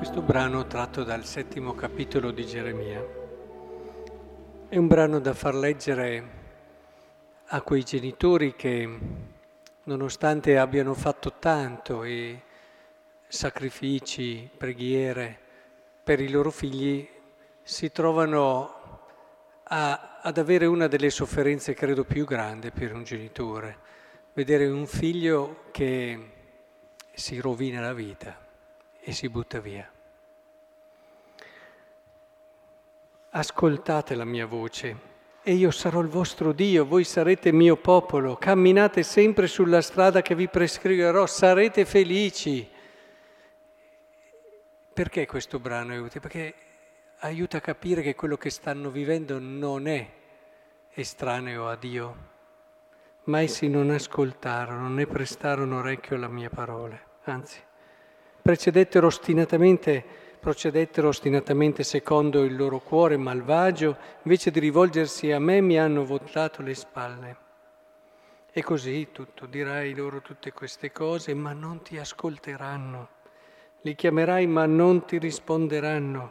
Questo brano tratto dal 7° capitolo di Geremia è un brano da far leggere a quei genitori che, nonostante abbiano fatto tanto e sacrifici, preghiere per i loro figli, si trovano ad avere una delle sofferenze credo più grandi per un genitore, vedere un figlio che si rovina la vita e si butta via. Ascoltate la mia voce e io sarò il vostro Dio, voi sarete mio popolo, camminate sempre sulla strada che vi prescriverò, sarete felici. Perché questo brano è utile? Perché aiuta a capire che quello che stanno vivendo non è estraneo a Dio, ma essi non ascoltarono, né prestarono orecchio alla mia parola, anzi procedettero ostinatamente secondo il loro cuore malvagio, invece di rivolgersi a me mi hanno voltato le spalle. E così tutto, dirai loro tutte queste cose, ma non ti ascolteranno. Li chiamerai, ma non ti risponderanno.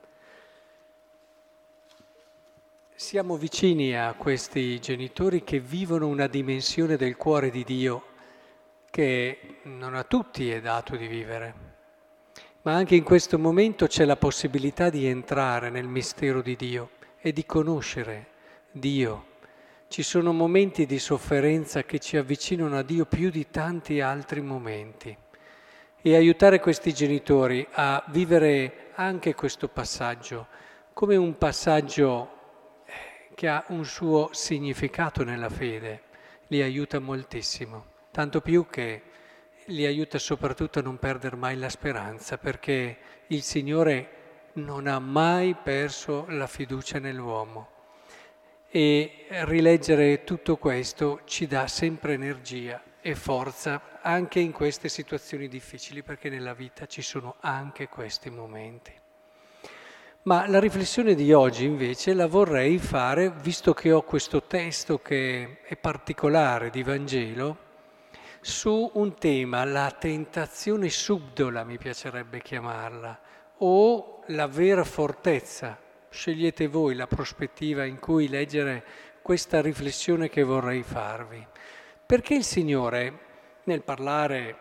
Siamo vicini a questi genitori che vivono una dimensione del cuore di Dio che non a tutti è dato di vivere, ma anche in questo momento c'è la possibilità di entrare nel mistero di Dio e di conoscere Dio. Ci sono momenti di sofferenza che ci avvicinano a Dio più di tanti altri momenti e aiutare questi genitori a vivere anche questo passaggio come un passaggio che ha un suo significato nella fede, li aiuta moltissimo. Tanto più che li aiuta soprattutto a non perdere mai la speranza, perché il Signore non ha mai perso la fiducia nell'uomo. E rileggere tutto questo ci dà sempre energia e forza anche in queste situazioni difficili, perché nella vita ci sono anche questi momenti. Ma la riflessione di oggi invece la vorrei fare, visto che ho questo testo che è particolare di Vangelo, su un tema, la tentazione subdola mi piacerebbe chiamarla, o la vera fortezza. Scegliete voi la prospettiva in cui leggere questa riflessione che vorrei farvi. Perché il Signore, nel parlare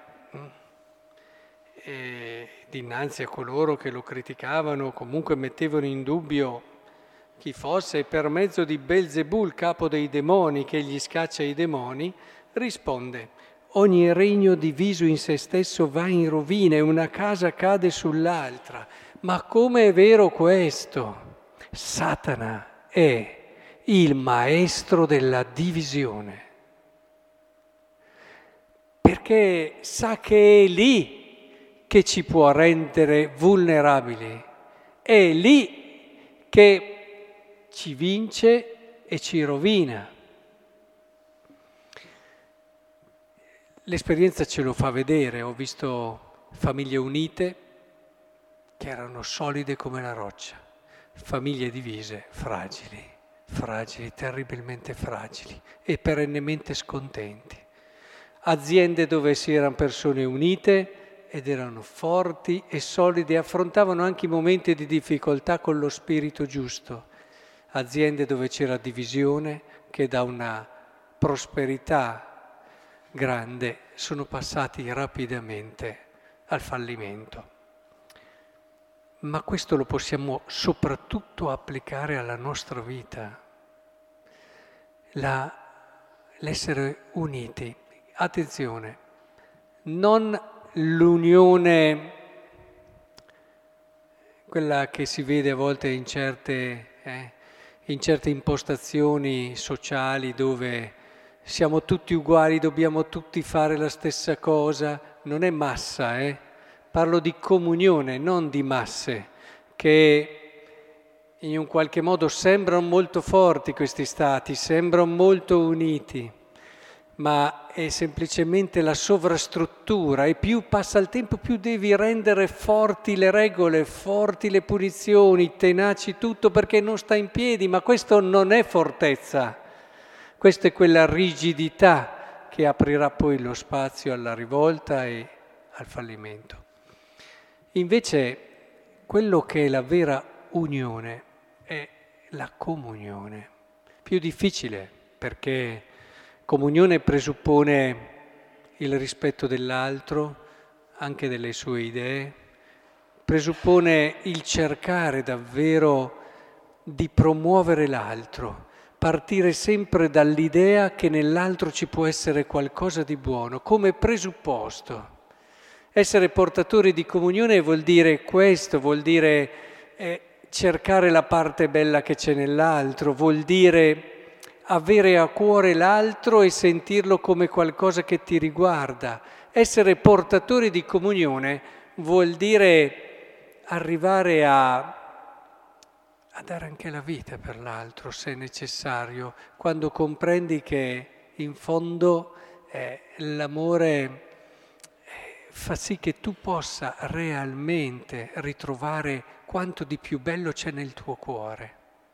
dinanzi a coloro che lo criticavano, comunque mettevano in dubbio chi fosse, per mezzo di Belzebul, capo dei demoni, che gli scaccia i demoni, risponde: ogni regno diviso in se stesso va in rovina e una casa cade sull'altra. Ma come è vero questo? Satana è il maestro della divisione, perché sa che è lì che ci può rendere vulnerabili, è lì che ci vince e ci rovina. L'esperienza ce lo fa vedere, ho visto famiglie unite che erano solide come la roccia, famiglie divise, fragili, terribilmente fragili e perennemente scontenti. Aziende dove si erano persone unite ed erano forti e solide, affrontavano anche i momenti di difficoltà con lo spirito giusto. Aziende dove c'era divisione che da una prosperità grande sono passati rapidamente al fallimento. Ma questo lo possiamo soprattutto applicare alla nostra vita, l'essere uniti. Attenzione, non l'unione, quella che si vede a volte in certe impostazioni sociali dove siamo tutti uguali, dobbiamo tutti fare la stessa cosa, non è massa, Parlo di comunione, non di masse, che in un qualche modo sembrano molto forti questi stati, sembrano molto uniti, ma è semplicemente la sovrastruttura e più passa il tempo più devi rendere forti le regole, forti le punizioni, tenaci tutto perché non sta in piedi, ma questo non è fortezza, questa è quella rigidità che aprirà poi lo spazio alla rivolta e al fallimento. Invece quello che è la vera unione è la comunione. Più difficile perché comunione presuppone il rispetto dell'altro, anche delle sue idee, presuppone il cercare davvero di promuovere l'altro, partire sempre dall'idea che nell'altro ci può essere qualcosa di buono, come presupposto. Essere portatori di comunione vuol dire questo, vuol dire cercare la parte bella che c'è nell'altro, vuol dire avere a cuore l'altro e sentirlo come qualcosa che ti riguarda. Essere portatori di comunione vuol dire arrivare a dare anche la vita per l'altro, se è necessario, quando comprendi che in fondo l'amore fa sì che tu possa realmente ritrovare quanto di più bello c'è nel tuo cuore.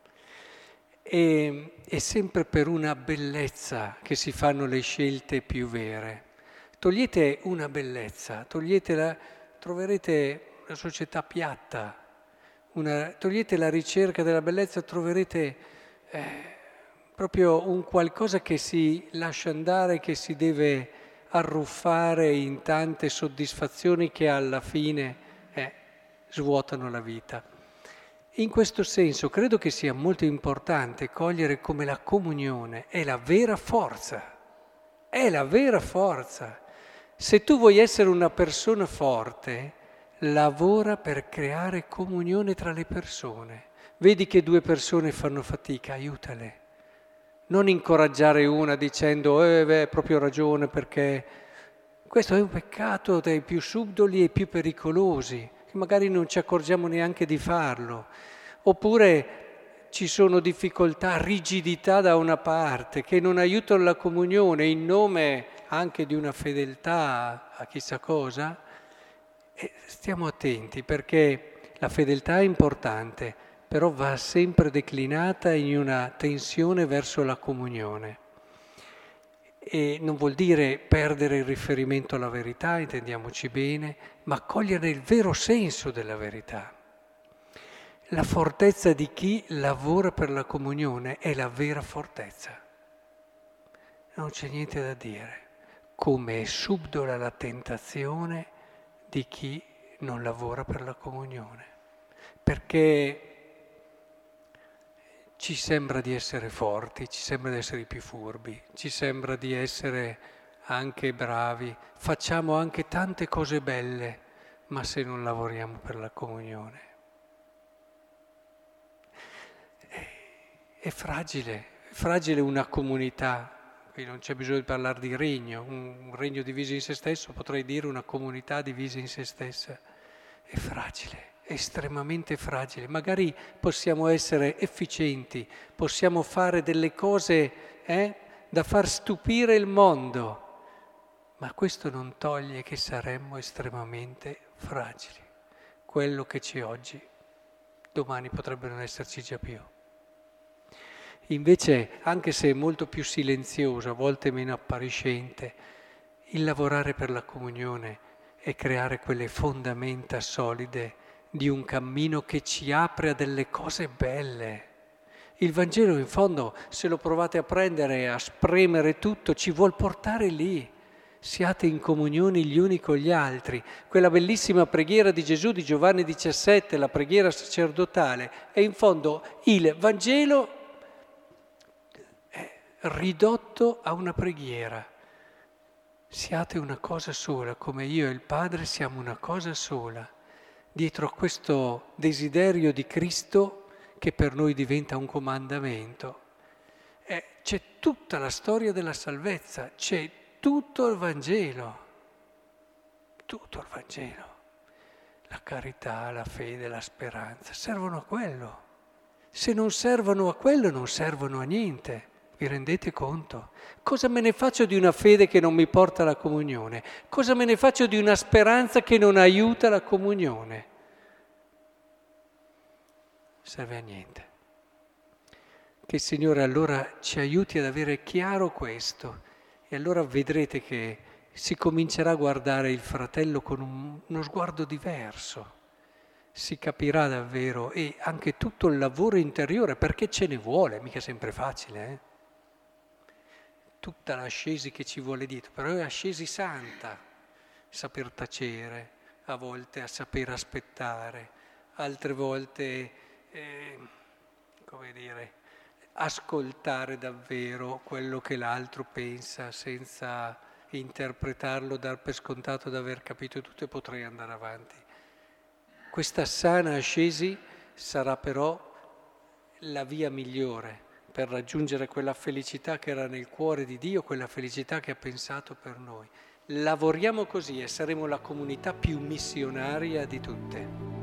E sempre per una bellezza che si fanno le scelte più vere. Togliete una bellezza, toglietela, troverete una società piatta. Togliete la ricerca della bellezza, troverete proprio un qualcosa che si lascia andare, che si deve arruffare in tante soddisfazioni che alla fine svuotano la vita. In questo senso credo che sia molto importante cogliere come la comunione è la vera forza, è la vera forza. Se tu vuoi essere una persona forte, lavora per creare comunione tra le persone. Vedi che due persone fanno fatica, aiutale. Non incoraggiare una dicendo hai proprio ragione perché questo è un peccato dai più subdoli e più pericolosi, che magari non ci accorgiamo neanche di farlo. Oppure ci sono difficoltà, rigidità da una parte che non aiutano la comunione in nome anche di una fedeltà a chissà cosa. E stiamo attenti perché la fedeltà è importante, però va sempre declinata in una tensione verso la comunione. E non vuol dire perdere il riferimento alla verità, intendiamoci bene, ma cogliere il vero senso della verità. La fortezza di chi lavora per la comunione è la vera fortezza. Non c'è niente da dire. Come è subdola la tentazione di chi non lavora per la comunione. Perché ci sembra di essere forti, ci sembra di essere i più furbi, ci sembra di essere anche bravi, facciamo anche tante cose belle, ma se non lavoriamo per la comunione. È fragile una comunità, qui non c'è bisogno di parlare di regno, un regno diviso in se stesso, potrei dire una comunità divisa in se stessa. È fragile. È estremamente fragile. Magari possiamo essere efficienti, possiamo fare delle cose da far stupire il mondo, ma questo non toglie che saremmo estremamente fragili. Quello che c'è oggi, domani potrebbe non esserci già più. Invece, anche se è molto più silenzioso, a volte meno appariscente, il lavorare per la comunione e creare quelle fondamenta solide di un cammino che ci apre a delle cose belle. Il Vangelo in fondo, se lo provate a prendere, a spremere tutto, ci vuol portare lì. Siate in comunione gli uni con gli altri. Quella bellissima preghiera di Gesù di Giovanni 17, la preghiera sacerdotale, è in fondo il Vangelo ridotto a una preghiera. Siate una cosa sola, come io e il Padre siamo una cosa sola. Dietro a questo desiderio di Cristo, che per noi diventa un comandamento, c'è tutta la storia della salvezza, c'è tutto il Vangelo, la carità, la fede, la speranza, servono a quello. Se non servono a quello, non servono a niente. Vi rendete conto? Cosa me ne faccio di una fede che non mi porta alla comunione? Cosa me ne faccio di una speranza che non aiuta la comunione? Serve a niente. Che il Signore allora ci aiuti ad avere chiaro questo e allora vedrete che si comincerà a guardare il fratello con uno sguardo diverso. si capirà davvero, e anche tutto il lavoro interiore, perché ce ne vuole, mica sempre facile, tutta l'ascesi che ci vuole dietro, però è ascesi santa, saper tacere, a volte a saper aspettare, altre volte, come dire, ascoltare davvero quello che l'altro pensa senza interpretarlo, dar per scontato di aver capito tutto e potrei andare avanti. Questa sana ascesi sarà però la via migliore per raggiungere quella felicità che era nel cuore di Dio, quella felicità che ha pensato per noi. Lavoriamo così e saremo la comunità più missionaria di tutte.